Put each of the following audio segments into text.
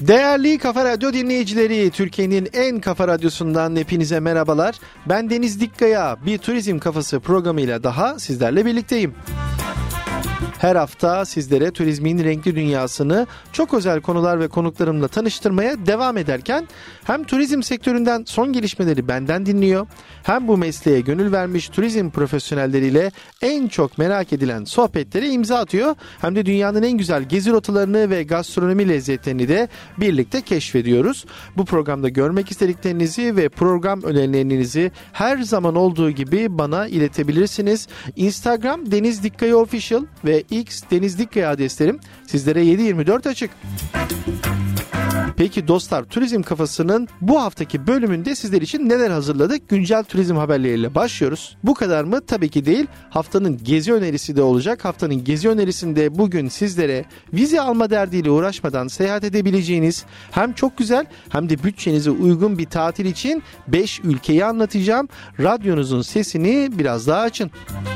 Değerli Kafa Radyo dinleyicileri, Türkiye'nin en kafa radyosundan hepinize merhabalar. Ben Deniz Dikkaya, bir turizm kafası programıyla daha sizlerle birlikteyim. Her hafta sizlere turizmin renkli dünyasını çok özel konular ve konuklarımla tanıştırmaya devam ederken hem turizm sektöründen son gelişmeleri benden dinliyor, hem bu mesleğe gönül vermiş turizm profesyonelleriyle en çok merak edilen sohbetlere imza atıyor, hem de dünyanın en güzel gezi rotalarını ve gastronomi lezzetlerini de birlikte keşfediyoruz. Bu programda görmek istediklerinizi ve program önerilerinizi her zaman olduğu gibi bana iletebilirsiniz. Instagram Deniz Dikkaya Official ve X Deniz Dikkaya adreslerim sizlere 7/24 açık. Peki dostlar, Turizm Kafası'nın bu haftaki bölümünde sizler için neler hazırladık? Güncel turizm haberleriyle başlıyoruz. Bu kadar mı? Tabii ki değil. Haftanın gezi önerisi de olacak. Haftanın gezi önerisinde bugün sizlere vize alma derdiyle uğraşmadan seyahat edebileceğiniz hem çok güzel hem de bütçenize uygun bir tatil için 5 ülkeyi anlatacağım. Radyonuzun sesini biraz daha açın.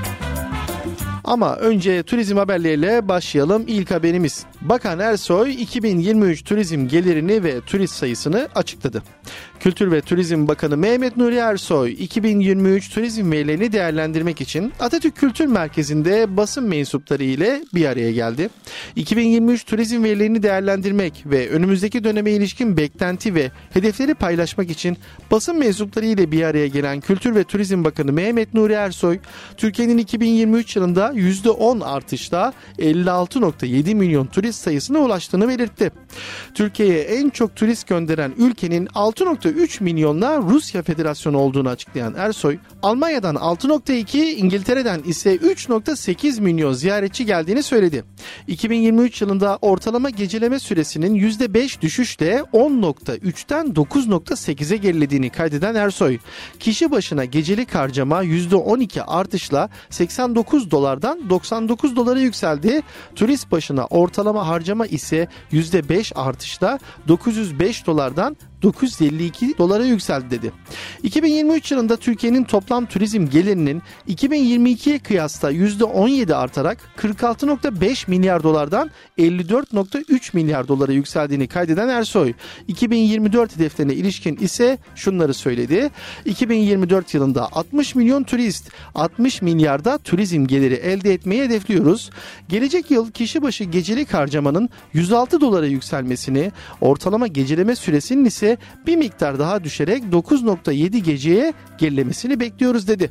Ama önce turizm haberleriyle başlayalım. İlk haberimiz. Bakan Ersoy 2023 turizm gelirini ve turist sayısını açıkladı. Kültür ve Turizm Bakanı Mehmet Nuri Ersoy 2023 turizm verilerini değerlendirmek için Atatürk Kültür Merkezi'nde basın mensupları ile bir araya geldi. 2023 turizm verilerini değerlendirmek ve önümüzdeki döneme ilişkin beklenti ve hedefleri paylaşmak için basın mensupları ile bir araya gelen Kültür ve Turizm Bakanı Mehmet Nuri Ersoy, Türkiye'nin 2023 yılında %10 artışla 56,7 milyon turist sayısına ulaştığını belirtti. Türkiye'ye en çok turist gönderen ülkenin 6,3 milyonla Rusya Federasyonu olduğunu açıklayan Ersoy, Almanya'dan 6,2, İngiltere'den ise 3,8 milyon ziyaretçi geldiğini söyledi. 2023 yılında ortalama geceleme süresinin %5 düşüşle 10,3'ten 9,8'e gerilediğini kaydeden Ersoy, kişi başına gecelik harcama %12 artışla 89 dolardan 99 dolara yükseldi. Turist başına ortalama harcama ise %5 artışla 905 dolardan 952 dolara yükseldi dedi. 2023 yılında Türkiye'nin toplam turizm gelirinin 2022'ye kıyasla %17 artarak 46,5 milyar dolardan 54,3 milyar dolara yükseldiğini kaydeden Ersoy, 2024 hedeflerine ilişkin ise şunları söyledi. 2024 yılında 60 milyon turist, 60 milyarda turizm geliri elde etmeyi hedefliyoruz. Gelecek yıl kişi başı gecelik harcamanın 106 dolara yükselmesini, ortalama geceleme süresinin ise bir miktar daha düşerek 9,7 geceye gerilemesini bekliyoruz dedi.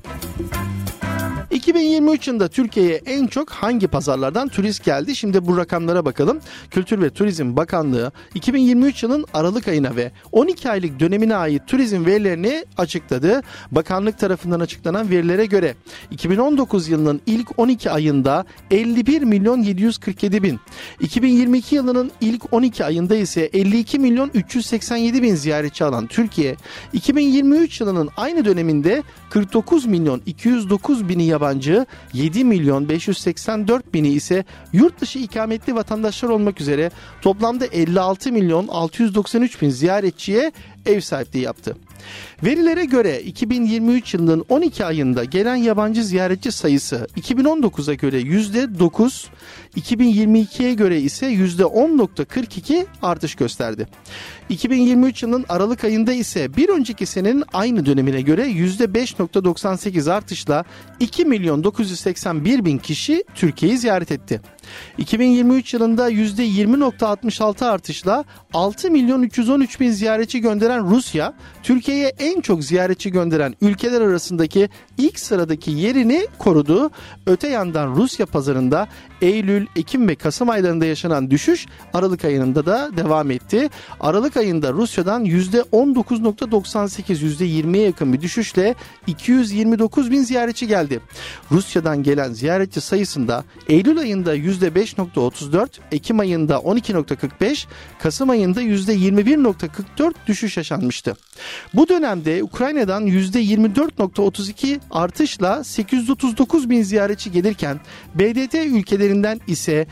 2023 yılında Türkiye'ye en çok hangi pazarlardan turist geldi? Şimdi bu rakamlara bakalım. Kültür ve Turizm Bakanlığı 2023 yılının Aralık ayına ve 12 aylık dönemine ait turizm verilerini açıkladı. Bakanlık tarafından açıklanan verilere göre 2019 yılının ilk 12 ayında 51 milyon 747 bin, 2022 yılının ilk 12 ayında ise 52 milyon 387 bin ziyaretçi alan Türkiye, 2023 yılının aynı döneminde 49 milyon 209 bini yabancı, 7 milyon 584 bini ise yurt dışı ikametli vatandaşlar olmak üzere toplamda 56 milyon 693 bin ziyaretçiye ev sahipliği yaptı. Verilere göre 2023 yılının 12 ayında gelen yabancı ziyaretçi sayısı 2019'a göre %9, 2022'ye göre ise %10,42 artış gösterdi. 2023 yılının Aralık ayında ise bir önceki senenin aynı dönemine göre %5,98 artışla 2 milyon 981 bin kişi Türkiye'yi ziyaret etti. 2023 yılında %20,66 artışla 6 milyon 313 bin ziyaretçi gönderen Rusya, Türkiye'ye en çok ziyaretçi gönderen ülkeler arasındaki ilk sıradaki yerini korudu. Öte yandan Rusya pazarında Eylül, Ekim ve Kasım aylarında yaşanan düşüş Aralık ayında da devam etti. Aralık ayında Rusya'dan %19,98, %20'ye yakın bir düşüşle 229 bin ziyaretçi geldi. Rusya'dan gelen ziyaretçi sayısında Eylül ayında %5,34, Ekim ayında 12,45, Kasım ayında %21,44 düşüş yaşanmıştı. Bu dönemde Ukrayna'dan %24,32 artışla 839 bin ziyaretçi gelirken BDT ülkelerinden ise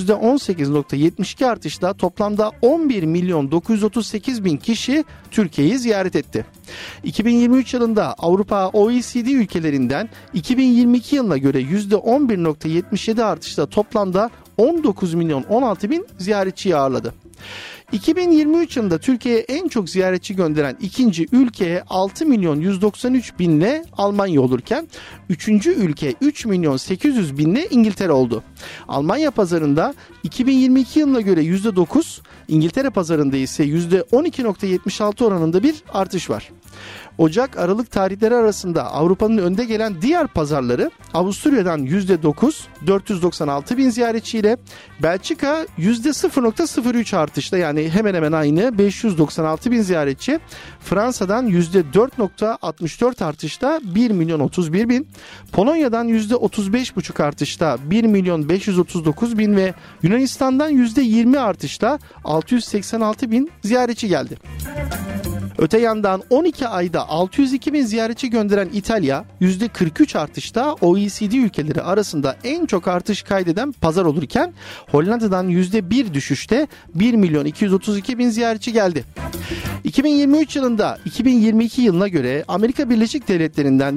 %18,72 artışla toplamda 11 milyon 938 bin kişi Türkiye'yi ziyaret etti. 2023 yılında Avrupa OECD ülkelerinden 2022 yılına göre %11,77 artışla toplamda 19 milyon 16 bin ziyaretçiyi ağırladı. 2023 yılında Türkiye'ye en çok ziyaretçi gönderen ikinci ülke 6 milyon 193 binle Almanya olurken üçüncü ülke 3 milyon 800 binle İngiltere oldu. Almanya pazarında 2022 yılına göre %9, İngiltere pazarında ise %12.76 oranında bir artış var. Ocak-Aralık tarihleri arasında Avrupa'nın önde gelen diğer pazarları Avusturya'dan %9, 496 bin ziyaretçiyle, Belçika %0.03 artışla, yani hemen hemen aynı 596 bin ziyaretçi, Fransa'dan %4.64 artışla 1 milyon 31 bin, Polonya'dan %35.5 artışla 1 milyon 539 bin ve Yunanistan'dan %20 artışla 686 bin ziyaretçi geldi. Öte yandan 12 ayda 602 bin ziyaretçi gönderen İtalya %43 artışta OECD ülkeleri arasında en çok artış kaydeden pazar olurken Hollanda'dan %1 düşüşte 1 milyon 232 bin ziyaretçi geldi. 2023 yılında 2022 yılına göre Amerika Birleşik Devletleri'nden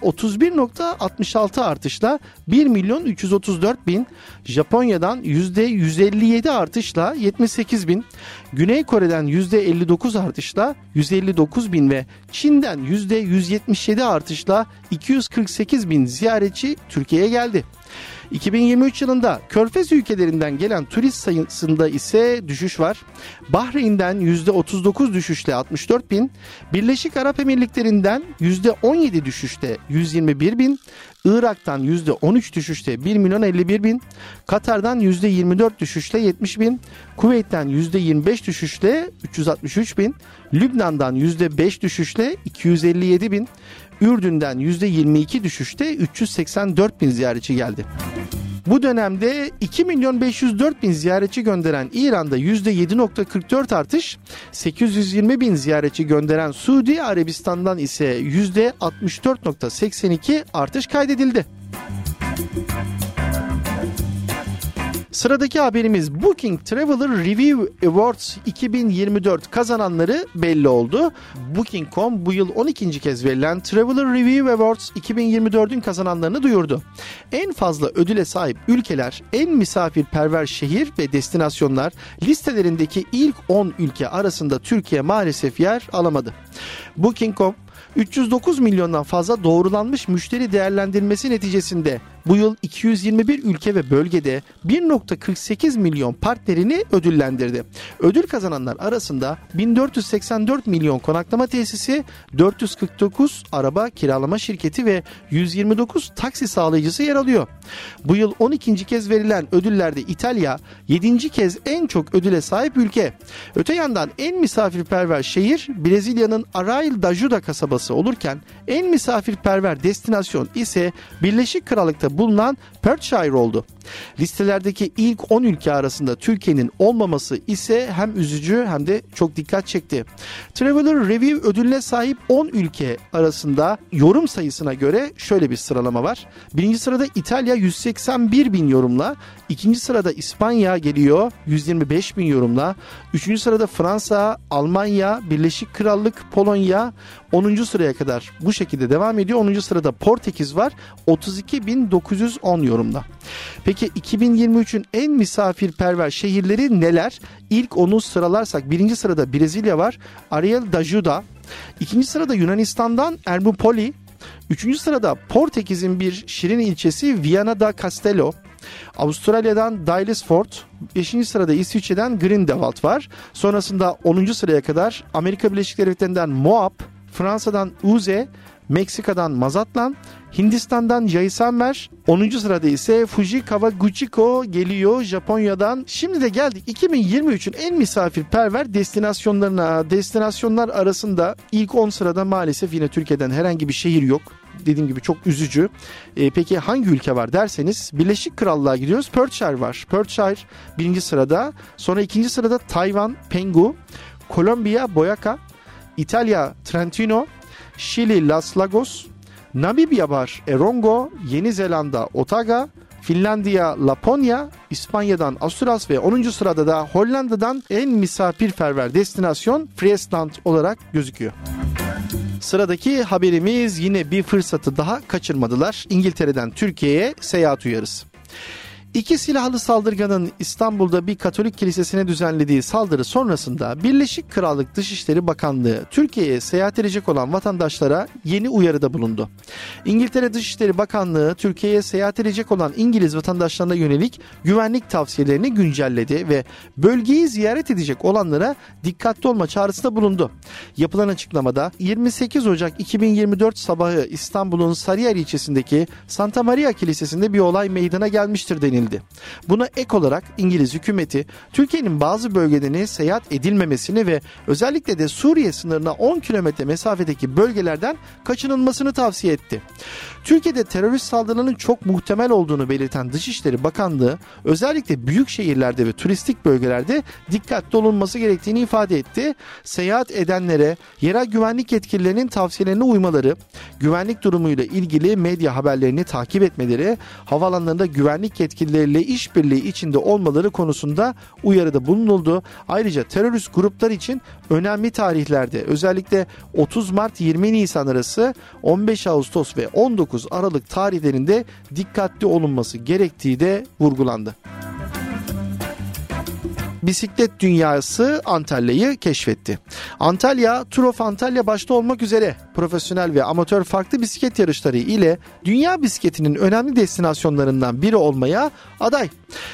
%31.66 artışla 1 milyon 334 bin, Japonya'dan %157 artışla 78 bin, Güney Kore'den %59 artışla 159 bin ve Çin'den %177 artışla 248 bin ziyaretçi Türkiye'ye geldi. 2023 yılında Körfez ülkelerinden gelen turist sayısında ise düşüş var. Bahreyn'den %39 düşüşle 64 bin, Birleşik Arap Emirlikleri'nden %17 düşüşle 121 bin, Irak'tan %13 düşüşle 1 milyon 51 bin, Katar'dan %24 düşüşle 70 bin, Kuveyt'ten %25 düşüşle 363 bin, Lübnan'dan %5 düşüşle 257 bin, Ürdün'den %22 düşüşte 384 bin ziyaretçi geldi. Bu dönemde 2 milyon 504 bin ziyaretçi gönderen İran'da %7.44 artış, 820 bin ziyaretçi gönderen Suudi Arabistan'dan ise %64.82 artış kaydedildi. Sıradaki haberimiz Booking Traveler Review Awards 2024 kazananları belli oldu. Booking.com bu yıl 12. kez verilen Traveler Review Awards 2024'ün kazananlarını duyurdu. En fazla ödüle sahip ülkeler, en misafirperver şehir ve destinasyonlar listelerindeki ilk 10 ülke arasında Türkiye maalesef yer alamadı. Booking.com 309 milyondan fazla doğrulanmış müşteri değerlendirmesi neticesinde bu yıl 221 ülke ve bölgede 1.48 milyon partnerini ödüllendirdi. Ödül kazananlar arasında 1484 milyon konaklama tesisi, 449 araba kiralama şirketi ve 129 taksi sağlayıcısı yer alıyor. Bu yıl 12. kez verilen ödüllerde İtalya 7. kez en çok ödüle sahip ülke. Öte yandan en misafirperver şehir Brezilya'nın Arraial da Ajuda kasabası olurken en misafirperver destinasyon ise Birleşik Krallık'ta bulunan Perthshire oldu. Listelerdeki ilk 10 ülke arasında Türkiye'nin olmaması ise hem üzücü hem de çok dikkat çekti. Traveler Review ödülüne sahip 10 ülke arasında yorum sayısına göre şöyle bir sıralama var. Birinci sırada İtalya 181 bin yorumla, ikinci sırada İspanya geliyor 125 bin yorumla, üçüncü sırada Fransa, Almanya, Birleşik Krallık, Polonya 10. sıraya kadar bu şekilde devam ediyor. 10. sırada Portekiz var 32.910 yorumla. Peki 2023'ün en misafirperver şehirleri neler? İlk onu sıralarsak birinci sırada Brezilya var, Arraial da Ajuda. İkinci sırada Yunanistan'dan Ermopoli. Üçüncü sırada Portekiz'in bir şirin ilçesi Viana da Castelo. Avustralya'dan Daylesford, 5. sırada İsviçre'den Grindelwald var. Sonrasında 10. sıraya kadar Amerika Birleşik Devletleri'nden Moab, Fransa'dan Uze, Meksika'dan Mazatlan, Hindistan'dan Jaisalmer, 10. sırada ise Fuji Kawaguchiko geliyor Japonya'dan. Şimdi de geldik 2023'ün en misafirperver destinasyonlarına. Destinasyonlar arasında ilk 10 sırada maalesef yine Türkiye'den herhangi bir şehir yok. Dediğim gibi çok üzücü. Peki hangi ülke var derseniz Birleşik Krallığa gidiyoruz. Perthshire var. Perthshire 1. sırada. Sonra 2. sırada Tayvan, Penghu, Kolombiya, Boyaca, İtalya, Trentino, Şili, Los Lagos, Namibya var, Erongo, Yeni Zelanda, Otaga, Finlandiya, Laponya, İspanya'dan Asturias ve 10. sırada da Hollanda'dan en misafirperver destinasyon Friesland olarak gözüküyor. Sıradaki haberimiz yine bir fırsatı daha kaçırmadılar. İngiltere'den Türkiye'ye seyahat uyarısı. İki silahlı saldırganın İstanbul'da bir Katolik kilisesine düzenlediği saldırı sonrasında Birleşik Krallık Dışişleri Bakanlığı Türkiye'ye seyahat edecek olan vatandaşlara yeni uyarıda bulundu. İngiltere Dışişleri Bakanlığı Türkiye'ye seyahat edecek olan İngiliz vatandaşlarına yönelik güvenlik tavsiyelerini güncelledi ve bölgeyi ziyaret edecek olanlara dikkatli olma çağrısında bulundu. Yapılan açıklamada 28 Ocak 2024 sabahı İstanbul'un Sarıyer ilçesindeki Santa Maria Kilisesi'nde bir olay meydana gelmiştir denildi. Buna ek olarak İngiliz hükümeti Türkiye'nin bazı bölgelerine seyahat edilmemesini ve özellikle de Suriye sınırına 10 kilometre mesafedeki bölgelerden kaçınılmasını tavsiye etti. Türkiye'de terörist saldırılarının çok muhtemel olduğunu belirten Dışişleri Bakanlığı özellikle büyük şehirlerde ve turistik bölgelerde dikkatli olunması gerektiğini ifade etti. Seyahat edenlere yerel güvenlik yetkililerinin tavsiyelerine uymaları, güvenlik durumuyla ilgili medya haberlerini takip etmeleri, havaalanlarında güvenlik yetkilileriyle işbirliği içinde olmaları konusunda uyarıda bulunuldu. Ayrıca terörist gruplar için önemli tarihlerde özellikle 30 Mart 20 Nisan arası 15 Ağustos ve 19 Aralık tarihlerinde dikkatli olunması gerektiği de vurgulandı. Bisiklet dünyası Antalya'yı keşfetti. Antalya, Tour of Antalya başta olmak üzere profesyonel ve amatör farklı bisiklet yarışları ile dünya bisikletinin önemli destinasyonlarından biri olmaya aday.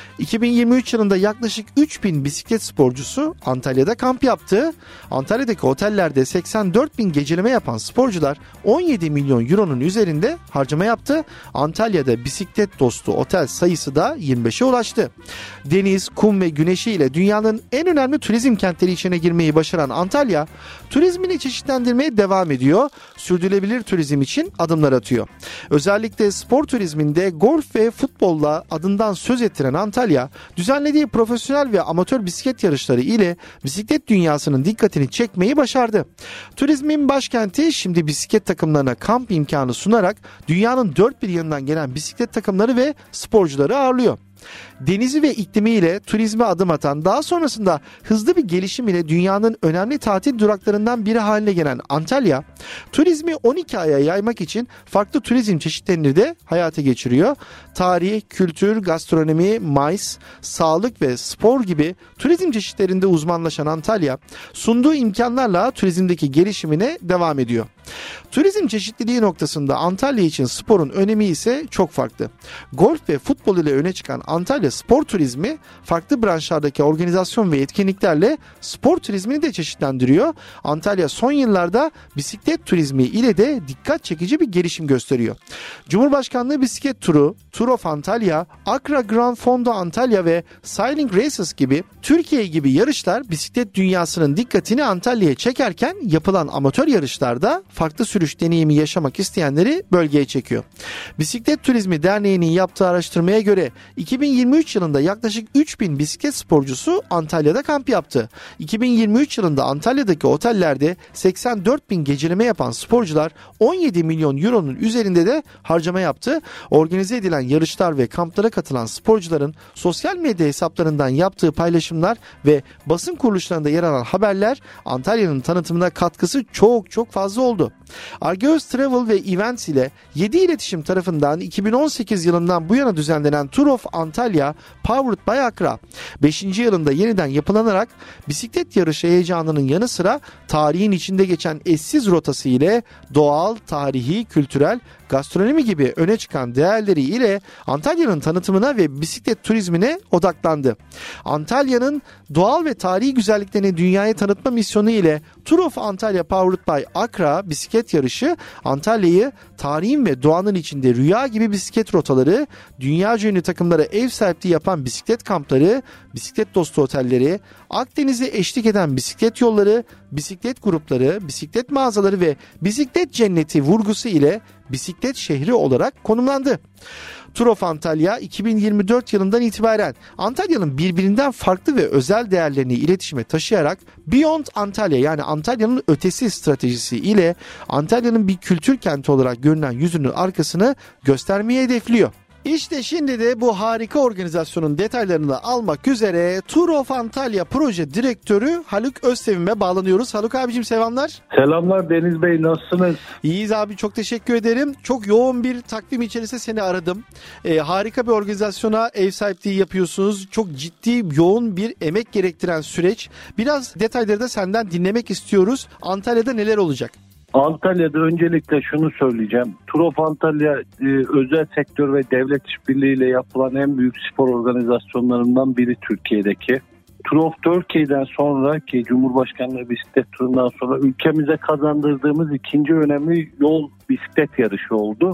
2023 yılında yaklaşık 3000 bisiklet sporcusu Antalya'da kamp yaptı. Antalya'daki otellerde 84 bin geceleme yapan sporcular 17 milyon euronun üzerinde harcama yaptı. Antalya'da bisiklet dostu otel sayısı da 25'e ulaştı. Deniz, kum ve güneşi ile dünyanın en önemli turizm kentleri içine girmeyi başaran Antalya, turizmini çeşitlendirmeye devam ediyor. Sürdürülebilir turizm için adımlar atıyor. Özellikle spor turizminde golf ve futbolla adından söz ettiren Antalya, düzenlediği profesyonel ve amatör bisiklet yarışları ile bisiklet dünyasının dikkatini çekmeyi başardı. Turizmin başkenti şimdi bisiklet takımlarına kamp imkanı sunarak dünyanın dört bir yanından gelen bisiklet takımları ve sporcuları ağırlıyor. Denizi ve iklimiyle turizme adım atan, daha sonrasında hızlı bir gelişim ile dünyanın önemli tatil duraklarından biri haline gelen Antalya, turizmi 12 aya yaymak için farklı turizm çeşitlerini de hayata geçiriyor. Tarih, kültür, gastronomi, MICE, sağlık ve spor gibi turizm çeşitlerinde uzmanlaşan Antalya, sunduğu imkanlarla turizmdeki gelişimine devam ediyor. Turizm çeşitliliği noktasında Antalya için sporun önemi ise çok farklı. Golf ve futbol ile öne çıkan Antalya spor turizmi farklı branşlardaki organizasyon ve etkinliklerle spor turizmini de çeşitlendiriyor. Antalya son yıllarda bisiklet turizmi ile de dikkat çekici bir gelişim gösteriyor. Cumhurbaşkanlığı bisiklet turu, Tour of Antalya, Accra Grand Fondo Antalya ve Sailing Races gibi Türkiye gibi yarışlar bisiklet dünyasının dikkatini Antalya'ya çekerken yapılan amatör yarışlarda farklı sürüş deneyimi yaşamak isteyenleri bölgeye çekiyor. Bisiklet Turizmi Derneği'nin yaptığı araştırmaya göre 2023 yılında yaklaşık 3000 bisiklet sporcusu Antalya'da kamp yaptı. 2023 yılında Antalya'daki otellerde 84 bin geceleme yapan sporcular 17 milyon euronun üzerinde de harcama yaptı. Organize edilen yarışlar ve kamplara katılan sporcuların sosyal medya hesaplarından yaptığı paylaşımlar ve basın kuruluşlarında yer alan haberler Antalya'nın tanıtımına katkısı çok fazla oldu. Argeus Travel ve Events ile 7 iletişim tarafından 2018 yılından bu yana düzenlenen Tour of Antalya Powered by Accra 5. yılında yeniden yapılanarak bisiklet yarışı heyecanının yanı sıra tarihin içinde geçen eşsiz rotası ile doğal, tarihi, kültürel, gastronomi gibi öne çıkan değerleri ile Antalya'nın tanıtımına ve bisiklet turizmine odaklandı. Antalya'nın doğal ve tarihi güzelliklerini dünyaya tanıtma misyonu ile Tour of Antalya Powered by Accra bisiklet yarışı Antalya'yı tarihin ve doğanın içinde rüya gibi bisiklet rotaları, dünyaca ünlü takımlara ev sahipliği yapan bisiklet kampları, bisiklet dostu otelleri, Akdeniz'e eşlik eden bisiklet yolları, bisiklet grupları, bisiklet mağazaları ve bisiklet cenneti vurgusu ile bisiklet şehri olarak konumlandı. Tour of Antalya 2024 yılından itibaren Antalya'nın birbirinden farklı ve özel değerlerini iletişime taşıyarak Beyond Antalya, yani Antalya'nın ötesi stratejisi ile Antalya'nın bir kültür kenti olarak görünen yüzünün arkasını göstermeyi hedefliyor. İşte şimdi de bu harika organizasyonun detaylarını almak üzere Tour of Antalya Proje Direktörü Haluk Özsevim'e bağlanıyoruz. Haluk abicim selamlar. Selamlar Deniz Bey, nasılsınız? İyiyiz abi, çok teşekkür ederim. Çok yoğun bir takvim içerisinde seni aradım. Harika bir organizasyona ev sahipliği yapıyorsunuz. Çok ciddi, yoğun bir emek gerektiren süreç. Biraz detayları da senden dinlemek istiyoruz. Antalya'da neler olacak? Antalya'da öncelikle şunu söyleyeceğim. Tour of Antalya özel sektör ve devlet işbirliğiyle yapılan en büyük spor organizasyonlarından biri Türkiye'deki. Tour of Turkey'den sonra ki Cumhurbaşkanlığı bisiklet turundan sonra ülkemize kazandırdığımız ikinci önemli yol bisiklet yarışı oldu.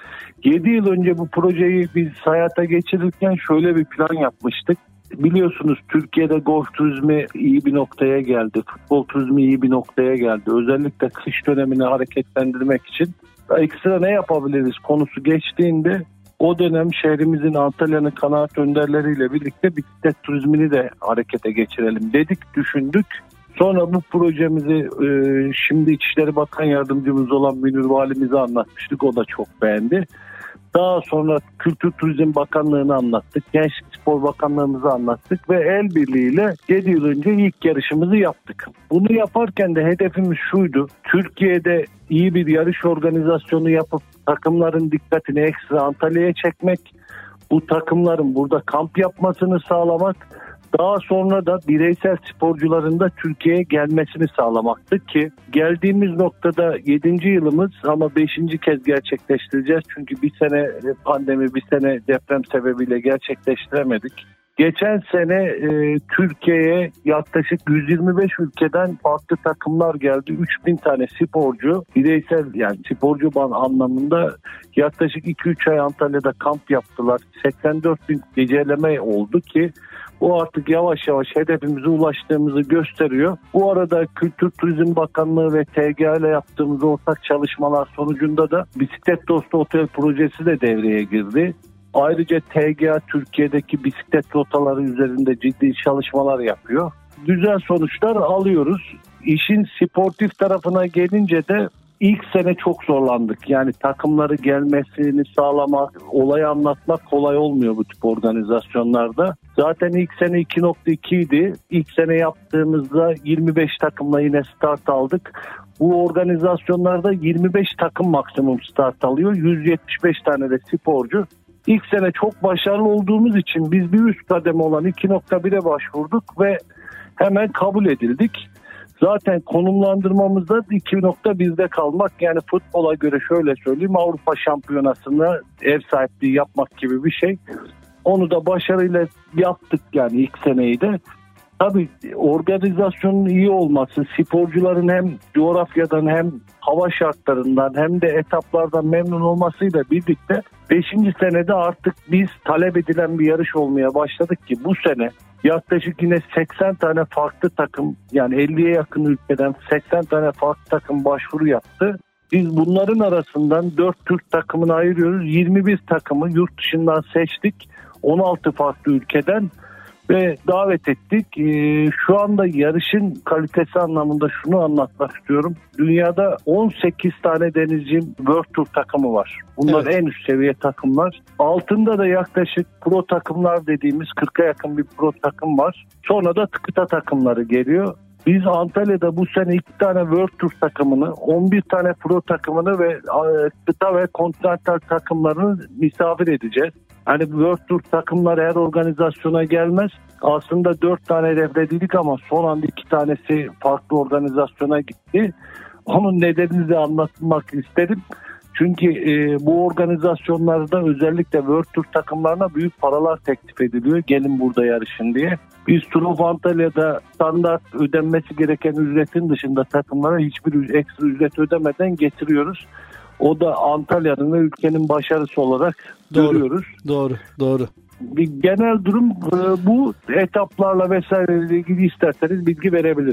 7 yıl önce bu projeyi biz hayata geçirirken şöyle bir plan yapmıştık. Biliyorsunuz Türkiye'de golf turizmi iyi bir noktaya geldi. Futbol turizmi iyi bir noktaya geldi. Özellikle kış dönemini hareketlendirmek için ekstra ne yapabiliriz konusu geçtiğinde o dönem şehrimizin, Antalya'nın kanaat önderleriyle birlikte bisiklet turizmini de harekete geçirelim dedik, düşündük. Sonra bu projemizi şimdi İçişleri Bakan Yardımcımız olan Münir Valimize anlatmıştık. O da çok beğendi. Daha sonra Kültür Turizm Bakanlığı'nı anlattık. Gençlik Spor Bakanlığımızı anlattık ve el birliğiyle 7 yıl önce ilk yarışımızı yaptık. Bunu yaparken de hedefimiz şuydu. Türkiye'de iyi bir yarış organizasyonu yapıp takımların dikkatini ekstra Antalya'ya çekmek. Bu takımların burada kamp yapmasını sağlamak. Daha sonra da bireysel sporcuların da Türkiye'ye gelmesini sağlamaktı ki geldiğimiz noktada 7. yılımız ama 5. kez gerçekleştireceğiz. Çünkü bir sene pandemi, bir sene deprem sebebiyle gerçekleştiremedik. Geçen sene Türkiye'ye yaklaşık 125 ülkeden farklı takımlar geldi. 3000 tane sporcu, bireysel yani sporcu anlamında yaklaşık 2-3 ay Antalya'da kamp yaptılar. 84.000 geceleme oldu ki bu artık yavaş yavaş hedefimize ulaştığımızı gösteriyor. Bu arada Kültür Turizm Bakanlığı ve TGA ile yaptığımız ortak çalışmalar sonucunda da Bisiklet Dostu Otel projesi de devreye girdi. Ayrıca TGA Türkiye'deki bisiklet rotaları üzerinde ciddi çalışmalar yapıyor. Güzel sonuçlar alıyoruz. İşin sportif tarafına gelince de ilk sene çok zorlandık. Yani takımları gelmesini sağlamak, olayı anlatmak kolay olmuyor bu tip organizasyonlarda. Zaten ilk sene 2.2 idi. İlk sene yaptığımızda 25 takımla yine start aldık. Bu organizasyonlarda 25 takım maksimum start alıyor. 175 tane de sporcu. İlk sene çok başarılı olduğumuz için biz bir üst kademe olan 2.1'e başvurduk ve hemen kabul edildik. Zaten konumlandırmamızda 2.1'de kalmak, yani futbola göre şöyle söyleyeyim, Avrupa Şampiyonası'na ev sahipliği yapmak gibi bir şey. Onu da başarıyla yaptık yani ilk seneyi de. Tabii organizasyonun iyi olması, sporcuların hem coğrafyadan hem hava şartlarından hem de etaplardan memnun olmasıyla birlikte 5. senede artık biz talep edilen bir yarış olmaya başladık ki bu sene yaklaşık yine 80 tane farklı takım, yani 50'ye yakın ülkeden 80 tane farklı takım başvuru yaptı. Biz bunların arasından 4 Türk takımını ayırıyoruz. 21 takımı yurt dışından seçtik. 16 farklı ülkeden ve davet ettik. Şu anda yarışın kalitesi anlamında şunu anlatmak istiyorum. Dünyada 18 tane denizci World Tour takımı var. Bunlar evet, en üst seviye takımlar. Altında da yaklaşık pro takımlar dediğimiz 40'a yakın bir pro takım var. Sonra da kıta takımları geliyor. Biz Antalya'da bu sene 2 tane World Tour takımını, 11 tane pro takımını ve kıta ve kontinental takımlarını misafir edeceğiz. Hani World Tour takımları her organizasyona gelmez. Aslında 4 tane hedeflediydik ama son anda 2 tanesi farklı organizasyona gitti. Onun nedenini de anlatmak isterim. Çünkü bu organizasyonlarda özellikle World Tour takımlarına büyük paralar teklif ediliyor. Gelin burada yarışın diye. Biz Tour of Antalya'da standart ödenmesi gereken ücretin dışında takımlara hiçbir ekstra ücret ödemeden getiriyoruz. O da Antalya'nın ve ülkenin başarısı olarak görüyoruz. Doğru. Bir genel durum bu. Etaplarla vesaireyle ilgili isterseniz bilgi verebilirim.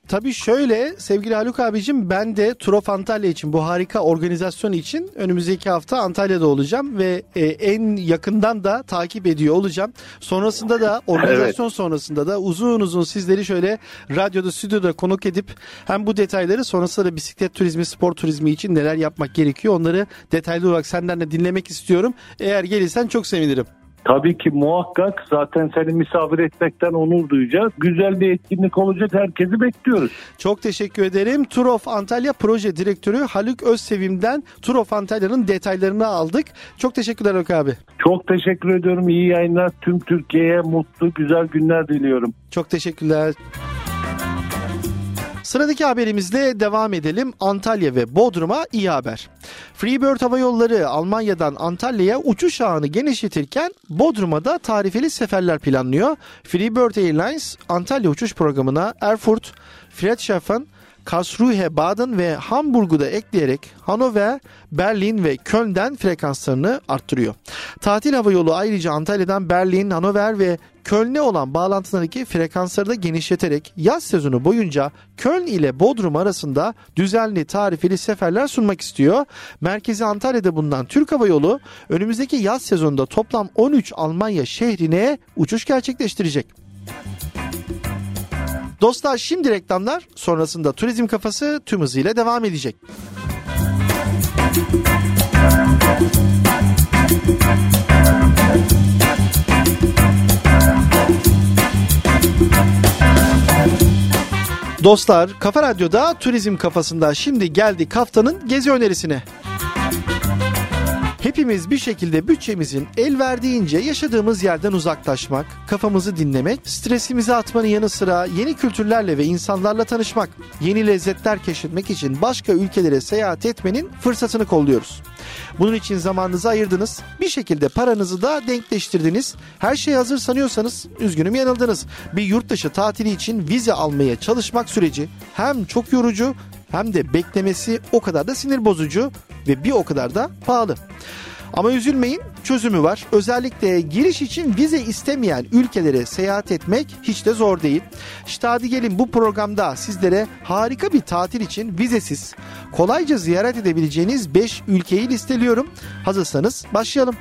Tabii şöyle sevgili Haluk abicim, ben de Tur of Antalya için, bu harika organizasyon için önümüzdeki hafta Antalya'da olacağım ve en yakından da takip ediyor olacağım. Sonrasında da organizasyon sonrasında da uzun uzun sizleri şöyle radyoda, stüdyoda konuk edip hem bu detayları, sonrasında da bisiklet turizmi, spor turizmi için neler yapmak gerekiyor onları detaylı olarak senden de dinlemek istiyorum. Eğer gelirsen çok sevinirim. Tabii ki muhakkak, zaten seni misafir etmekten onur duyacağız. Güzel bir etkinlik olacak, herkesi bekliyoruz. Çok teşekkür ederim. Tur of Antalya Proje Direktörü Haluk Özsevim'den Tur of Antalya'nın detaylarını aldık. Çok teşekkürler Haluk abi. Çok teşekkür ediyorum. İyi yayınlar. Tüm Türkiye'ye mutlu, güzel günler diliyorum. Çok teşekkürler. Sıradaki haberimizle devam edelim. Antalya ve Bodrum'a iyi haber. Freebird Hava Yolları Almanya'dan Antalya'ya uçuş ağını genişletirken Bodrum'a da tarifeli seferler planlıyor. Freebird Airlines Antalya uçuş programına Erfurt, Friedrichshafen, Karlsruhe, Baden ve Hamburg'u da ekleyerek Hannover, Berlin ve Köln'den frekanslarını arttırıyor. Tatil hava yolu ayrıca Antalya'dan Berlin, Hannover ve Köln'e olan bağlantılarındaki frekansları da genişleterek yaz sezonu boyunca Köln ile Bodrum arasında düzenli tarifeli seferler sunmak istiyor. Merkezi Antalya'da bulunan Türk Hava Yolu önümüzdeki yaz sezonunda toplam 13 Almanya şehrine uçuş gerçekleştirecek. Dostlar, şimdi reklamlar, sonrasında Turizm Kafası tüm hızıyla devam edecek. Dostlar, Kafa Radyo'da Turizm Kafasında şimdi geldik haftanın gezi önerisine. Hepimiz bir şekilde bütçemizin el verdiğince yaşadığımız yerden uzaklaşmak, kafamızı dinlemek, stresimizi atmanın yanı sıra yeni kültürlerle ve insanlarla tanışmak, yeni lezzetler keşfetmek için başka ülkelere seyahat etmenin fırsatını kolluyoruz. Bunun için zamanınızı ayırdınız, bir şekilde paranızı da denkleştirdiniz. Her şey hazır sanıyorsanız üzgünüm, yanıldınız. Bir yurt dışı tatili için vize almaya çalışmak süreci hem çok yorucu hem de beklemesi o kadar da sinir bozucu ve bir o kadar da pahalı. Ama üzülmeyin, çözümü var. Özellikle giriş için vize istemeyen ülkelere seyahat etmek hiç de zor değil. İşte hadi gelin bu programda sizlere harika bir tatil için vizesiz, kolayca ziyaret edebileceğiniz 5 ülkeyi listeliyorum. Hazırsanız başlayalım.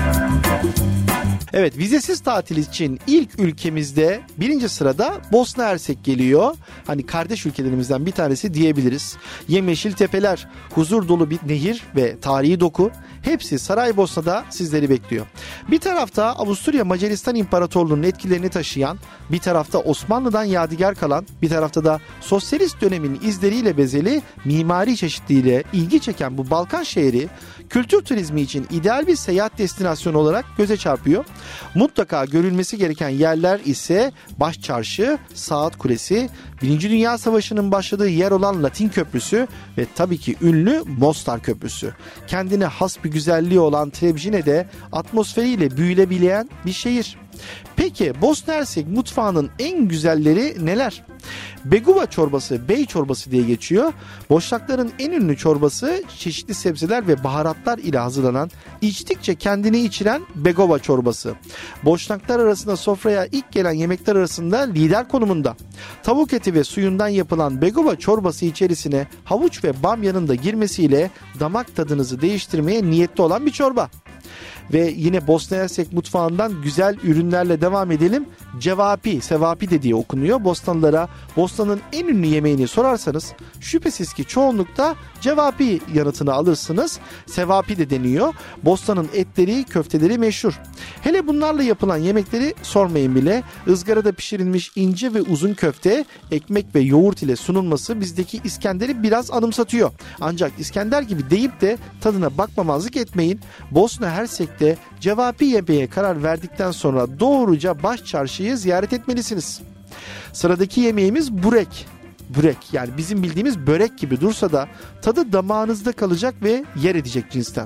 Evet, vizesiz tatil için ilk ülkemizde birinci sırada Bosna Hersek geliyor. Hani kardeş ülkelerimizden bir tanesi diyebiliriz. Yemyeşil tepeler, huzur dolu bir nehir ve tarihi doku. Hepsi Saraybosna'da sizleri bekliyor. Bir tarafta Avusturya Macaristan İmparatorluğu'nun etkilerini taşıyan, bir tarafta Osmanlı'dan yadigar kalan, bir tarafta da sosyalist dönemin izleriyle bezeli mimari çeşitliliğiyle ilgi çeken bu Balkan şehri kültür turizmi için ideal bir seyahat destinasyonu olarak göze çarpıyor. Mutlaka görülmesi gereken yerler ise Başçarşı, Saat Kulesi, Birinci Dünya Savaşı'nın başladığı yer olan Latin Köprüsü ve tabii ki ünlü Mostar Köprüsü. Kendine has bir güzelliği olan Trebinje'de atmosferiyle büyülebilen bir şehir. Peki Bosna Hersek mutfağının en güzelleri neler? Beguva çorbası, bey çorbası diye geçiyor. Boşnakların en ünlü çorbası çeşitli sebzeler ve baharatlar ile hazırlanan, içtikçe kendini içiren Begova çorbası. Boşnaklar arasında sofraya ilk gelen yemekler arasında lider konumunda. Tavuk eti ve suyundan yapılan Begova çorbası içerisine havuç ve bamyanın da girmesiyle damak tadınızı değiştirmeye niyetli olan bir çorba. Ve yine Bosna Hersek mutfağından güzel ürünlerle devam edelim. Cevapi, sevapi de diye okunuyor. Bosnalılara Bosna'nın en ünlü yemeğini sorarsanız şüphesiz ki çoğunlukta cevapi yanıtını alırsınız. Sevapi de deniyor. Bosna'nın etleri, köfteleri meşhur. Hele bunlarla yapılan yemekleri sormayın bile. Izgarada pişirilmiş ince ve uzun köfte, ekmek ve yoğurt ile sunulması bizdeki İskender'i biraz anımsatıyor. Ancak İskender gibi deyip de tadına bakmamazlık etmeyin. Bosna Hersek'te cevapi yemeye karar verdikten sonra doğruca Başçarşı'yı ziyaret etmelisiniz. Sıradaki yemeğimiz burek. Börek, yani bizim bildiğimiz börek gibi dursa da tadı damağınızda kalacak ve yer edecek cinsten.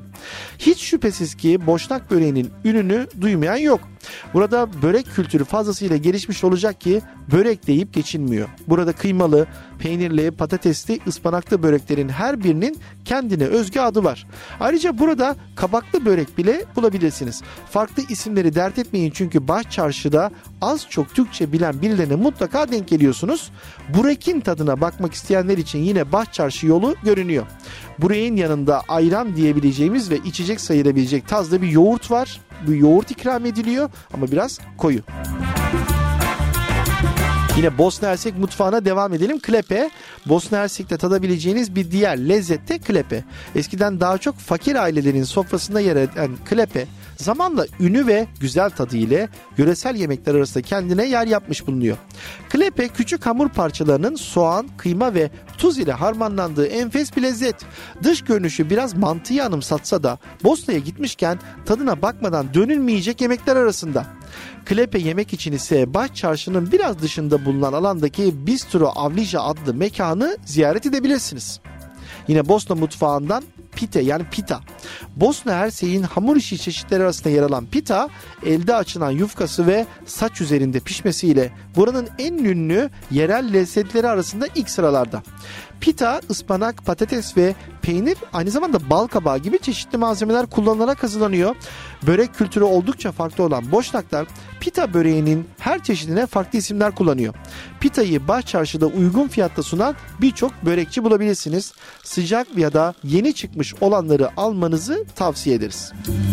Hiç şüphesiz ki Boşnak böreğinin ününü duymayan yok. Burada börek kültürü fazlasıyla gelişmiş olacak ki börek deyip geçilmiyor. Burada kıymalı, peynirli, patatesli, ıspanaklı böreklerin her birinin kendine özgü adı var. Ayrıca burada kabaklı börek bile bulabilirsiniz. Farklı isimleri dert etmeyin çünkü Başçarşı'da az çok Türkçe bilen birilerine mutlaka denk geliyorsunuz. Burekin tadına bakmak isteyenler için yine Başçarşı yolu görünüyor. Bureğin yanında ayran diyebileceğimiz ve içecek sayılabilecek tarzda bir yoğurt var. Bu yoğurt ikram ediliyor ama biraz koyu. Yine Bosna Hersek mutfağına devam edelim. Klepe, Bosna Hersek'te tadabileceğiniz bir diğer lezzet de klepe. Eskiden daha çok fakir ailelerin sofrasında yer eden klepe, zamanla ünü ve güzel tadı ile yöresel yemekler arasında kendine yer yapmış bulunuyor. Klepe, küçük hamur parçalarının soğan, kıyma ve tuz ile harmanlandığı enfes bir lezzet. Dış görünüşü biraz mantıyı anımsatsa da Bosna'ya gitmişken tadına bakmadan dönülmeyecek yemekler arasında. Klepe yemek için ise Başçarşı'nın biraz dışında bulunan alandaki Bistro Avlija adlı mekanı ziyaret edebilirsiniz. Yine Bosna mutfağından pite yani pita. Bosna Hersek'in hamur işi çeşitleri arasında yer alan pita, elde açılan yufkası ve saç üzerinde pişmesiyle buranın en ünlü yerel lezzetleri arasında ilk sıralarda. Pita, ıspanak, patates ve peynir, aynı zamanda bal kabağı gibi çeşitli malzemeler kullanılarak hazırlanıyor. Börek kültürü oldukça farklı olan Boşnaklar pita böreğinin her çeşidine farklı isimler kullanıyor. Pitayı Başçarşı'da uygun fiyatta sunan birçok börekçi bulabilirsiniz. Sıcak ya da yeni çıkmış olanları almanızı tavsiye ederiz.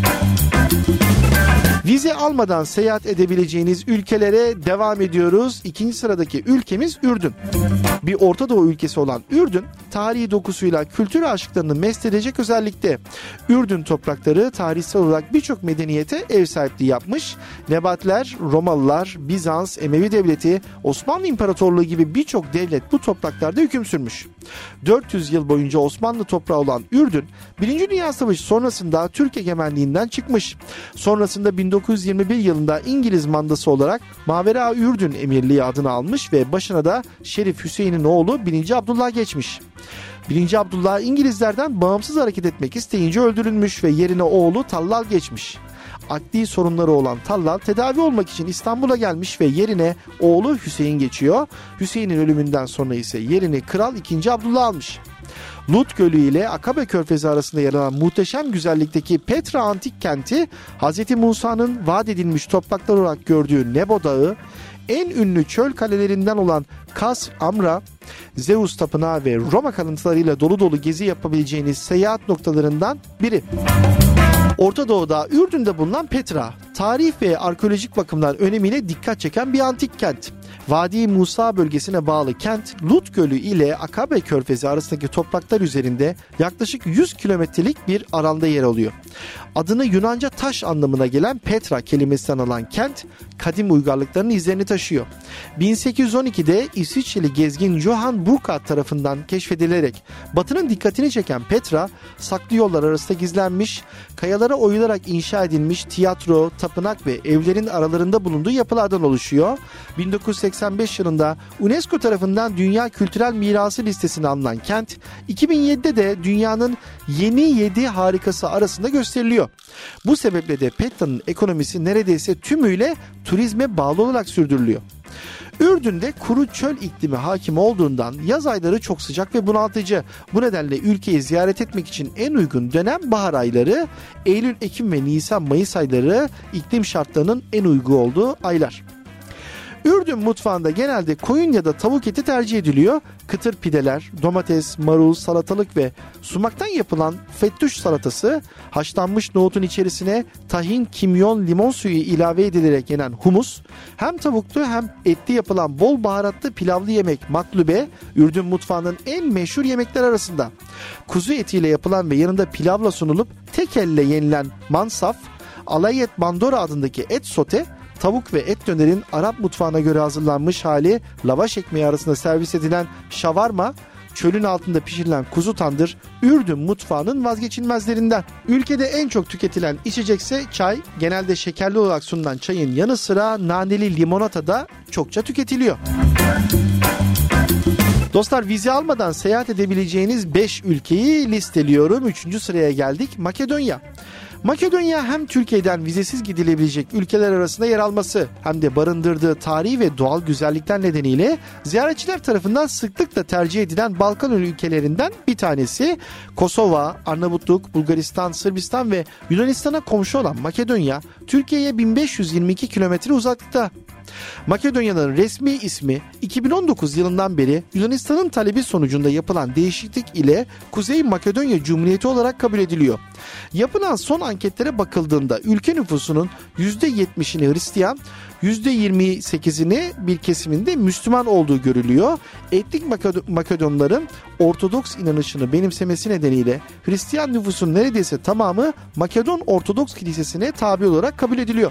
Vize almadan seyahat edebileceğiniz ülkelere devam ediyoruz. İkinci sıradaki ülkemiz Ürdün. Bir Orta Doğu ülkesi olan Ürdün, tarihi dokusuyla kültür aşıklarını mest edecek özellikte. Ürdün toprakları tarihsel olarak birçok medeniyete ev sahipliği yapmış. Nebatler, Romalılar, Bizans, Emevi Devleti, Osmanlı İmparatorluğu gibi birçok devlet bu topraklarda hüküm sürmüş. 400 yıl boyunca Osmanlı toprağı olan Ürdün, 1. Dünya Savaşı sonrasında Türk egemenliğinden çıkmış. Sonrasında 1921 yılında İngiliz mandası olarak Mavera Ürdün Emirliği adını almış ve başına da Şerif Hüseyin'in oğlu 1. Abdullah geçmiş. 1. Abdullah İngilizlerden bağımsız hareket etmek isteyince öldürülmüş ve yerine oğlu Tallal geçmiş. Akli sorunları olan Tallal tedavi olmak için İstanbul'a gelmiş ve yerine oğlu Hüseyin geçiyor. Hüseyin'in ölümünden sonra ise yerini Kral 2. Abdullah almış. Lut Gölü ile Akabe Körfezi arasında yer alan muhteşem güzellikteki Petra Antik Kenti, Hz. Musa'nın vaat edilmiş topraklar olarak gördüğü Nebo Dağı, en ünlü çöl kalelerinden olan Kasr Amra, Zeus Tapınağı ve Roma kalıntılarıyla dolu dolu gezi yapabileceğiniz seyahat noktalarından biri. Orta Doğu'da Ürdün'de bulunan Petra, tarih ve arkeolojik bakımdan önemiyle dikkat çeken bir antik kent. Vadi Musa bölgesine bağlı kent, Lut Gölü ile Akabe Körfezi arasındaki topraklar üzerinde yaklaşık 100 kilometrelik bir alanda yer alıyor. Adını Yunanca taş anlamına gelen Petra kelimesinden alan kent, kadim uygarlıkların izlerini taşıyor. 1812'de İsviçreli gezgin Johann Burckhardt tarafından keşfedilerek Batı'nın dikkatini çeken Petra, saklı yollar arasında gizlenmiş, kayalara oyularak inşa edilmiş tiyatro, tapınak ve evlerin aralarında bulunduğu yapılardan oluşuyor. 1985 yılında UNESCO tarafından Dünya Kültürel Mirası listesine alınan kent, 2007'de de dünyanın yeni 7 harikası arasında gösteriliyor. Bu sebeple de Petra'nın ekonomisi neredeyse tümüyle turizme bağlı olarak sürdürülüyor. Ürdün'de kuru çöl iklimi hakim olduğundan yaz ayları çok sıcak ve bunaltıcı. Bu nedenle ülkeyi ziyaret etmek için en uygun dönem bahar ayları, Eylül, Ekim ve Nisan, Mayıs ayları iklim şartlarının en uygun olduğu aylar. Ürdün mutfağında genelde koyun ya da tavuk eti tercih ediliyor. Kıtır pideler, domates, marul, salatalık ve sumaktan yapılan fettuş salatası, haşlanmış nohutun içerisine tahin, kimyon, limon suyu ilave edilerek yenen humus, hem tavuklu hem etli yapılan bol baharatlı pilavlı yemek maklube, Ürdün mutfağının en meşhur yemekler arasında. Kuzu etiyle yapılan ve yanında pilavla sunulup tek elle yenilen mansaf, alayet bandora adındaki et sote, tavuk ve et dönerin Arap mutfağına göre hazırlanmış hali, lavaş ekmeği arasında servis edilen şavarma, çölün altında pişirilen kuzu tandır, Ürdün mutfağının vazgeçilmezlerinden. Ülkede en çok tüketilen içecekse çay, genelde şekerli olarak sunulan çayın yanı sıra naneli limonata da çokça tüketiliyor. Dostlar, vize almadan seyahat edebileceğiniz 5 ülkeyi listeliyorum. 3. sıraya geldik. Makedonya. Makedonya hem Türkiye'den vizesiz gidilebilecek ülkeler arasında yer alması hem de barındırdığı tarihi ve doğal güzellikler nedeniyle ziyaretçiler tarafından sıklıkla tercih edilen Balkan ülkelerinden bir tanesi. Kosova, Arnavutluk, Bulgaristan, Sırbistan ve Yunanistan'a komşu olan Makedonya, Türkiye'ye 1522 kilometre uzaklıkta. Makedonya'nın resmi ismi 2019 yılından beri Yunanistan'ın talebi sonucunda yapılan değişiklik ile Kuzey Makedonya Cumhuriyeti olarak kabul ediliyor. Yapılan son anketlere bakıldığında ülke nüfusunun %70'ini Hristiyan, %28'ini bir kesiminde Müslüman olduğu görülüyor. Etnik Makedonların Ortodoks inanışını benimsemesi nedeniyle Hristiyan nüfusun neredeyse tamamı Makedon Ortodoks Kilisesi'ne tabi olarak kabul ediliyor.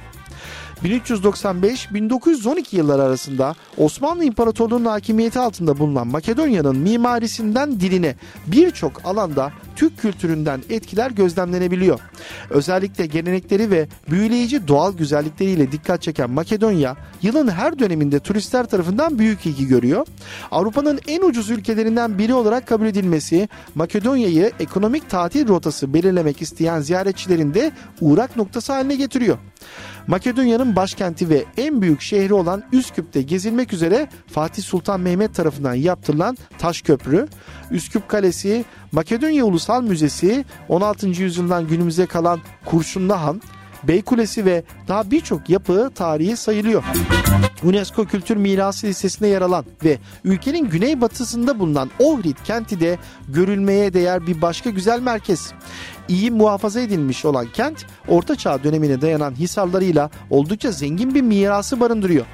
1395-1912 yılları arasında Osmanlı İmparatorluğu'nun hakimiyeti altında bulunan Makedonya'nın mimarisinden diline birçok alanda Türk kültüründen etkiler gözlemlenebiliyor. Özellikle gelenekleri ve büyüleyici doğal güzellikleriyle dikkat çeken Makedonya, yılın her döneminde turistler tarafından büyük ilgi görüyor. Avrupa'nın en ucuz ülkelerinden biri olarak kabul edilmesi, Makedonya'yı ekonomik tatil rotası belirlemek isteyen ziyaretçilerin de uğrak noktası haline getiriyor. Makedonya'nın başkenti ve en büyük şehri olan Üsküp'te gezilmek üzere Fatih Sultan Mehmet tarafından yaptırılan Taş Köprü, Üsküp Kalesi, Makedonya Ulusal Müzesi, 16. yüzyıldan günümüze kalan Kurşunlu Han, Beykulesi ve daha birçok yapı tarihi sayılıyor. UNESCO Kültür Mirası listesinde yer alan ve ülkenin güneybatısında bulunan Ohrid kenti de görülmeye değer bir başka güzel merkez. İyi muhafaza edilmiş olan kent, Orta Çağ dönemine dayanan hisarlarıyla oldukça zengin bir mirası barındırıyor.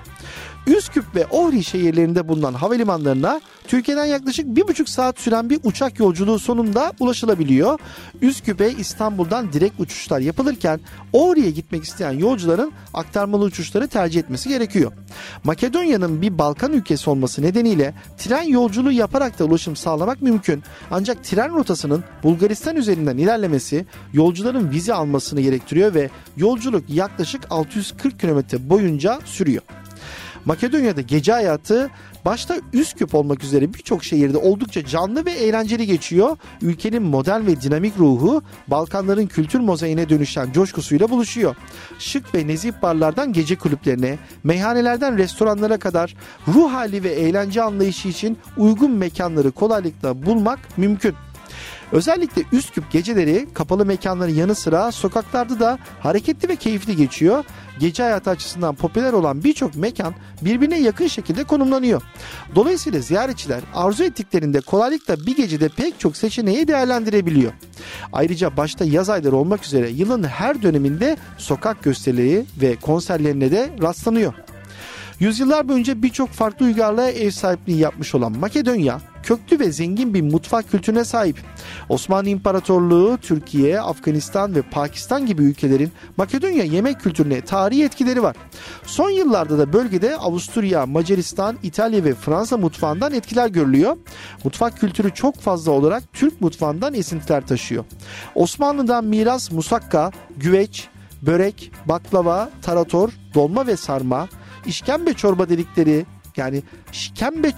Üsküp ve Ohrid şehirlerinde bulunan havalimanlarına Türkiye'den yaklaşık 1,5 saat süren bir uçak yolculuğu sonunda ulaşılabiliyor. Üsküp'e İstanbul'dan direkt uçuşlar yapılırken Ohrid'e gitmek isteyen yolcuların aktarmalı uçuşları tercih etmesi gerekiyor. Makedonya'nın bir Balkan ülkesi olması nedeniyle tren yolculuğu yaparak da ulaşım sağlamak mümkün. Ancak tren rotasının Bulgaristan üzerinden ilerlemesi yolcuların vize almasını gerektiriyor ve yolculuk yaklaşık 640 kilometre boyunca sürüyor. Makedonya'da gece hayatı başta Üsküp olmak üzere birçok şehirde oldukça canlı ve eğlenceli geçiyor. Ülkenin modern ve dinamik ruhu Balkanların kültür mozaiğine dönüşen coşkusuyla buluşuyor. Şık ve nezih barlardan gece kulüplerine, meyhanelerden restoranlara kadar ruh hali ve eğlence anlayışı için uygun mekanları kolaylıkla bulmak mümkün. Özellikle Üsküp geceleri kapalı mekanların yanı sıra sokaklarda da hareketli ve keyifli geçiyor. Gece hayatı açısından popüler olan birçok mekan birbirine yakın şekilde konumlanıyor. Dolayısıyla ziyaretçiler arzu ettiklerinde kolaylıkla bir gecede pek çok seçeneği değerlendirebiliyor. Ayrıca başta yaz ayları olmak üzere yılın her döneminde sokak gösterileri ve konserlerine de rastlanıyor. Yüzyıllar boyunca birçok farklı uygarlığa ev sahipliği yapmış olan Makedonya, köklü ve zengin bir mutfak kültürüne sahip. Osmanlı İmparatorluğu, Türkiye, Afganistan ve Pakistan gibi ülkelerin Makedonya yemek kültürüne tarihi etkileri var. Son yıllarda da bölgede Avusturya, Macaristan, İtalya ve Fransa mutfağından etkiler görülüyor. Mutfak kültürü çok fazla olarak Türk mutfağından esintiler taşıyor. Osmanlı'dan miras musakka, güveç, börek, baklava, tarator, dolma ve sarma, İşkembe çorba dedikleri, yani işkembe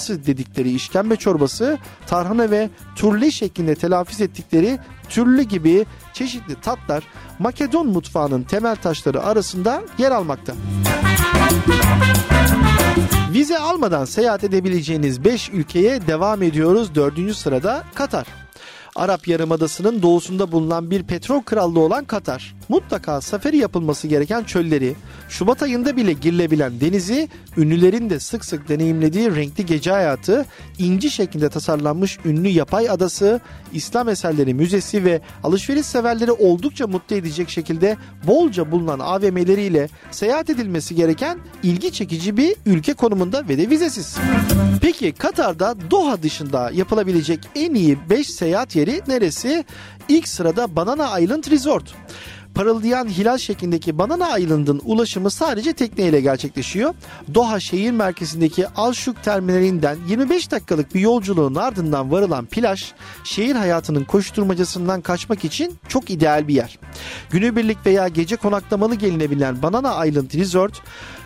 çorbası, tarhana ve turle şeklinde telaffuz ettikleri türlü gibi çeşitli tatlar Makedon mutfağının temel taşları arasında yer almakta. Vize almadan seyahat edebileceğiniz 5 ülkeye devam ediyoruz. 4. sırada Katar. Arap Yarımadası'nın doğusunda bulunan bir petrol krallığı olan Katar, mutlaka seferi yapılması gereken çölleri, Şubat ayında bile girilebilen denizi, ünlülerin de sık sık deneyimlediği renkli gece hayatı, inci şeklinde tasarlanmış ünlü yapay adası, İslam eserleri müzesi ve alışveriş severleri oldukça mutlu edecek şekilde bolca bulunan AVM'leriyle seyahat edilmesi gereken ilgi çekici bir ülke konumunda ve de vizesiz. Peki Katar'da Doha dışında yapılabilecek en iyi 5 seyahat yeri neresi? İlk sırada Banana Island Resort. Parıldayan hilal şeklindeki Banana Island'ın ulaşımı sadece tekneyle gerçekleşiyor. Doha şehir merkezindeki Al Şuk terminalinden 25 dakikalık bir yolculuğun ardından varılan plaj, şehir hayatının koşturmacasından kaçmak için çok ideal bir yer. Günübirlik veya gece konaklamalı gelinebilen Banana Island Resort,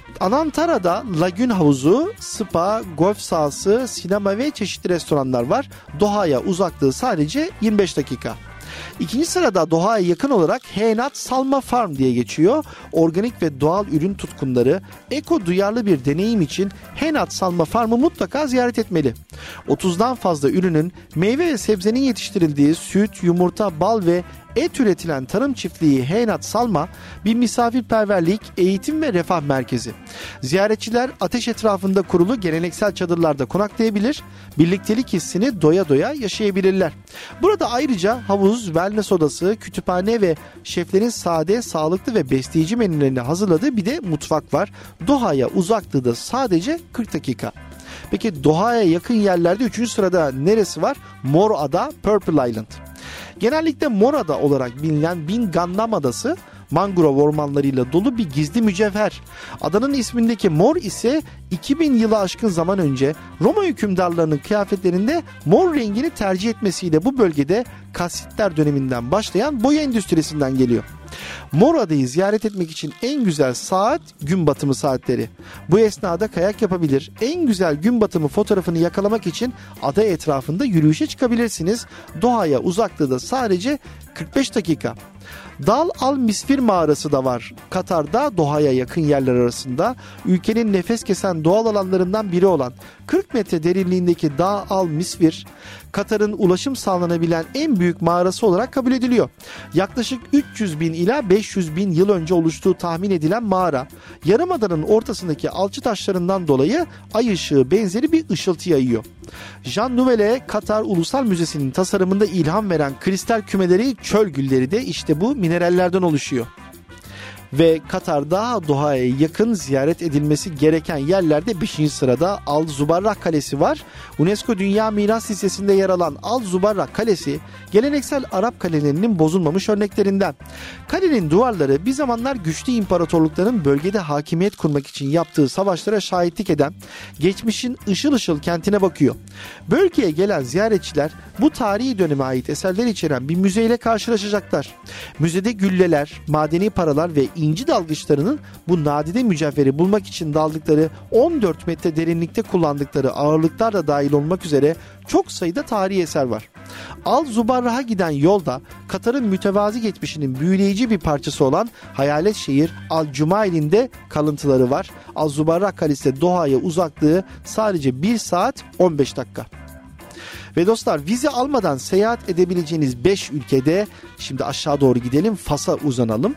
Anantara'da lagün havuzu, spa, golf sahası, sinema ve çeşitli restoranlar var. Doha'ya uzaklığı sadece 25 dakika. İkinci sırada Doha'ya yakın olarak Heynat Salma Farm diye geçiyor. Organik ve doğal ürün tutkunları eko duyarlı bir deneyim için Heynat Salma Farm'ı mutlaka ziyaret etmeli. 30'dan fazla ürünün meyve ve sebzenin yetiştirildiği süt, yumurta, bal ve et üretilen tarım çiftliği Heynat Salma bir misafirperverlik, eğitim ve refah merkezi. Ziyaretçiler ateş etrafında kurulu geleneksel çadırlarda konaklayabilir, birliktelik hissini doya doya yaşayabilirler. Burada ayrıca havuz, wellness odası, kütüphane ve şeflerin sade, sağlıklı ve besleyici menülerini hazırladığı bir de mutfak var. Doha'ya uzaklığı da sadece 40 dakika. Peki Doha'ya yakın yerlerde 3. sırada neresi var? Mor Ada, Purple Island. Genellikle Mor Ada olarak bilinen Bin Gannam Adası mangrove ormanlarıyla dolu bir gizli mücevher. Adanın ismindeki mor ise 2000 yılı aşkın zaman önce Roma hükümdarlarının kıyafetlerinde mor rengini tercih etmesiyle bu bölgede Kassitler döneminden başlayan boya endüstrisinden geliyor. Mor Adayı ziyaret etmek için en güzel saat gün batımı saatleri. Bu esnada kayak yapabilir, en güzel gün batımı fotoğrafını yakalamak için ada etrafında yürüyüşe çıkabilirsiniz. Doha'ya uzaklığı da sadece 45 dakika. Dal Al Misfir mağarası da var. Katar'da Doha'ya yakın yerler arasında ülkenin nefes kesen doğal alanlarından biri olan 40 metre derinliğindeki Dal Al Misfir, Katar'ın ulaşım sağlanabilen en büyük mağarası olarak kabul ediliyor. Yaklaşık 300 bin ila 500 bin yıl önce oluştuğu tahmin edilen mağara, yarımadanın ortasındaki alçı taşlarından dolayı ay ışığı benzeri bir ışıltı yayıyor. Jean Nouvel'e Katar Ulusal Müzesi'nin tasarımında ilham veren kristal kümeleri, çöl gülleri de işte bu minerallerden oluşuyor. Ve Katar'da Doha'ya yakın ziyaret edilmesi gereken yerlerde 5. sırada Al Zubarrah Kalesi var. UNESCO Dünya Miras Listesi'nde yer alan Al Zubarrah Kalesi, geleneksel Arap kalelerinin bozulmamış örneklerinden. Kalenin duvarları bir zamanlar güçlü imparatorlukların bölgede hakimiyet kurmak için yaptığı savaşlara şahitlik eden geçmişin ışıl ışıl kentine bakıyor. Bölgeye gelen ziyaretçiler bu tarihi döneme ait eserler içeren bir müzeyle karşılaşacaklar. Müzede gülleler, madeni paralar ve inci dalgıçlarının bu nadide mücevheri bulmak için daldıkları 14 metre derinlikte kullandıkları ağırlıklar da dahil olmak üzere çok sayıda tarihi eser var. Al Zubarrah'a giden yolda Katar'ın mütevazi geçmişinin büyüleyici bir parçası olan hayalet şehir Al Cumail'in de kalıntıları var. Al Zubarrah Kalesi Doha'ya uzaklığı sadece 1 saat 15 dakika. Ve dostlar, vize almadan seyahat edebileceğiniz 5 ülkede şimdi aşağı doğru gidelim, Fas'a uzanalım.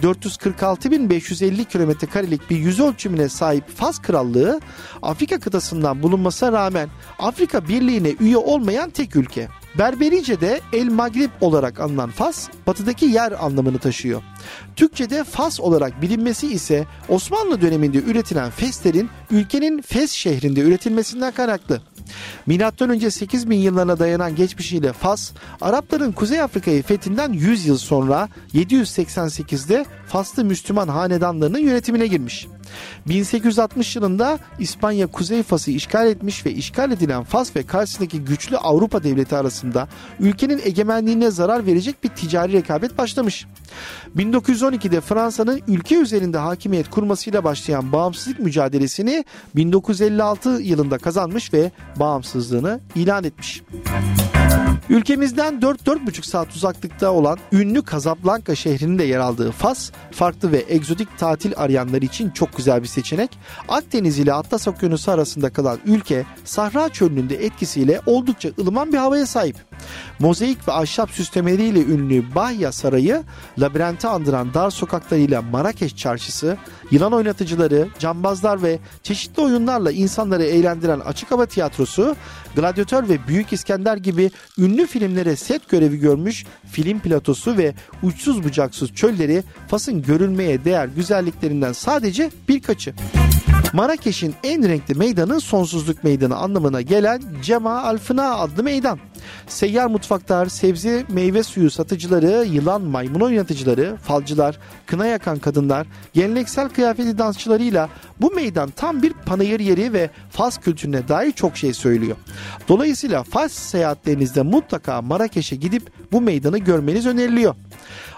446.550 kilometrekarelik bir yüz ölçümüne sahip Fas Krallığı, Afrika kıtasından bulunmasına rağmen Afrika Birliği'ne üye olmayan tek ülke. Berberice'de El Magrib olarak anılan Fas, batıdaki yer anlamını taşıyor. Türkçe'de Fas olarak bilinmesi ise Osmanlı döneminde üretilen feslerin ülkenin Fes şehrinde üretilmesinden kaynaklı. M.Ö. 8000 yıllarına dayanan geçmişiyle Fas, Arapların Kuzey Afrika'yı fethinden 100 yıl sonra 788'de Faslı Müslüman hanedanlarının yönetimine girmiş. 1860 yılında İspanya Kuzey Fas'ı işgal etmiş ve işgal edilen Fas ve karşısındaki güçlü Avrupa devleti arasında ülkenin egemenliğine zarar verecek bir ticari rekabet başlamış. 1912'de Fransa'nın ülke üzerinde hakimiyet kurmasıyla başlayan bağımsızlık mücadelesini 1956 yılında kazanmış ve bağımsızlığını ilan etmiş. Ülkemizden 4-4,5 saat uzaklıkta olan ünlü Casablanca şehrinin de yer aldığı Fas, farklı ve egzotik tatil arayanlar için çok güzel bir seçenek. Akdeniz ile Atlas Okyanusu arasında kalan ülke, Sahra Çölü'nün de etkisiyle oldukça ılıman bir havaya sahip. Mozaik ve ahşap süslemeleriyle ünlü Bahya Sarayı, labirenti andıran dar sokaklarıyla Marrakeş Çarşısı, yılan oynatıcıları, cambazlar ve çeşitli oyunlarla insanları eğlendiren açık hava tiyatrosu, Gladyatör ve Büyük İskender gibi ünlü filmlere set görevi görmüş film platosu ve uçsuz bucaksız çölleri Fas'ın görülmeye değer güzelliklerinden sadece birkaçı. Marrakeş'in en renkli meydanı Sonsuzluk Meydanı anlamına gelen Cema Alfına adlı meydan. Seyyar mutfaklar, sebze meyve suyu satıcıları, yılan maymun oynatıcıları, falcılar, kına yakan kadınlar, geleneksel kıyafetli dansçılarıyla bu meydan tam bir panayır yeri ve Fas kültürüne dair çok şey söylüyor. Dolayısıyla Fas seyahatlerinizde mutlaka Marrakeş'e gidip bu meydanı görmeniz öneriliyor.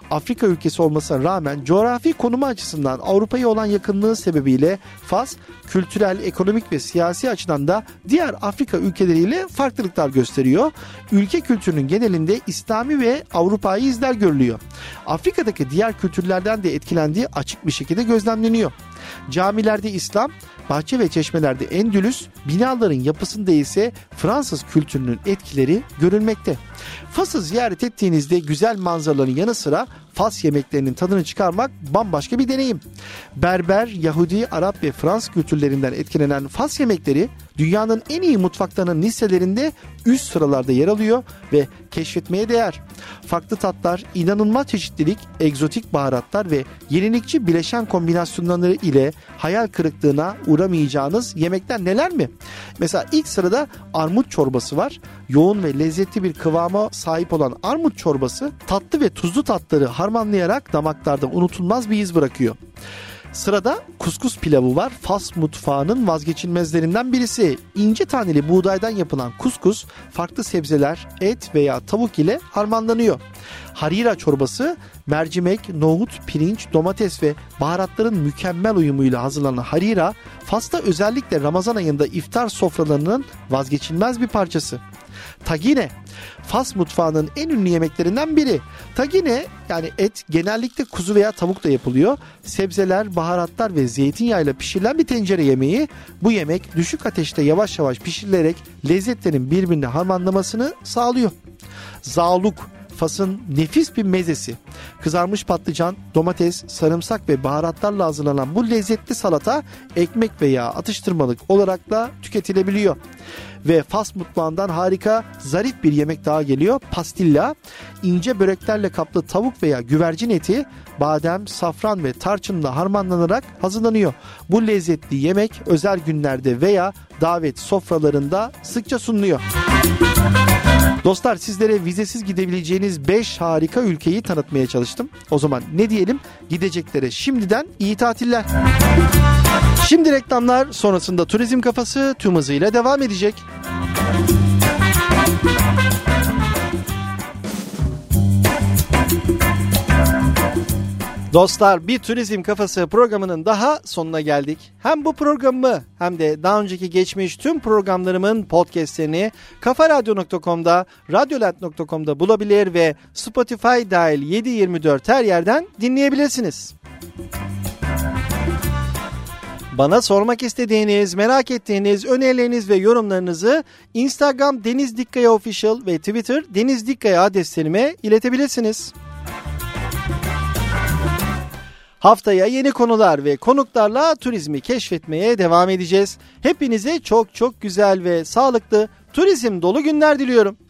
Afrika ülkesi olmasına rağmen coğrafi konumu açısından Avrupa'ya olan yakınlığı sebebiyle Fas, kültürel, ekonomik ve siyasi açıdan da diğer Afrika ülkeleriyle farklılıklar gösteriyor. Ülke kültürünün genelinde İslami ve Avrupa'yı izler görülüyor. Afrika'daki diğer kültürlerden de etkilendiği açık bir şekilde gözlemleniyor. Camilerde İslam, bahçe ve çeşmelerde Endülüs, binaların yapısında ise Fransız kültürünün etkileri görülmekte. Fas'ı ziyaret ettiğinizde güzel manzaraların yanı sıra Fas yemeklerinin tadını çıkarmak bambaşka bir deneyim. Berber, Yahudi, Arap ve Fransız kültürlerinden etkilenen Fas yemekleri dünyanın en iyi mutfaklarının listelerinde üst sıralarda yer alıyor ve keşfetmeye değer. Farklı tatlar, inanılmaz çeşitlilik, egzotik baharatlar ve yenilikçi bileşen kombinasyonları ile hayal kırıklığına uğramayacağınız yemekler neler mi? Mesela ilk sırada armut çorbası var. Yoğun ve lezzetli bir kıvama sahip olan armut çorbası tatlı ve tuzlu tatları harmanlayarak damaklarda unutulmaz bir iz bırakıyor. Sırada kuskus pilavı var. Fas mutfağının vazgeçilmezlerinden birisi. İnce taneli buğdaydan yapılan kuskus farklı sebzeler, et veya tavuk ile harmanlanıyor. Harira çorbası mercimek, nohut, pirinç, domates ve baharatların mükemmel uyumuyla hazırlanan harira, Fas'ta özellikle Ramazan ayında iftar sofralarının vazgeçilmez bir parçası. Tagine, Fas mutfağının en ünlü yemeklerinden biri. Tagine yani et genellikle kuzu veya tavukla yapılıyor. Sebzeler, baharatlar ve zeytinyağıyla pişirilen bir tencere yemeği. Bu yemek düşük ateşte yavaş yavaş pişirilerek lezzetlerin birbirine harmanlamasını sağlıyor. Zauluk, Fas'ın nefis bir mezesi. Kızarmış patlıcan, domates, sarımsak ve baharatlarla hazırlanan bu lezzetli salata ekmek veya atıştırmalık olarak da tüketilebiliyor. Ve Fas mutfağından harika zarif bir yemek daha geliyor. Pastilla, ince böreklerle kaplı tavuk veya güvercin eti, badem, safran ve tarçınla harmanlanarak hazırlanıyor. Bu lezzetli yemek özel günlerde veya davet sofralarında sıkça sunuluyor. Dostlar, sizlere vizesiz gidebileceğiniz 5 harika ülkeyi tanıtmaya çalıştım. O zaman ne diyelim? Gideceklere şimdiden iyi tatiller. Şimdi reklamlar, sonrasında Turizm Kafası tüm hızıyla devam edecek. Dostlar, bir Turizm Kafası programının daha sonuna geldik. Hem bu programı hem de daha önceki geçmiş tüm programlarımın podcastlerini kafaradyo.com'da, radyoland.com'da bulabilir ve Spotify dahil 7/24 her yerden dinleyebilirsiniz. Bana sormak istediğiniz, merak ettiğiniz önerileriniz ve yorumlarınızı Instagram Deniz Dikkaya Official ve Twitter Deniz Dikkaya adreslerime iletebilirsiniz. Haftaya yeni konular ve konuklarla turizmi keşfetmeye devam edeceğiz. Hepinize çok çok güzel ve sağlıklı, turizm dolu günler diliyorum.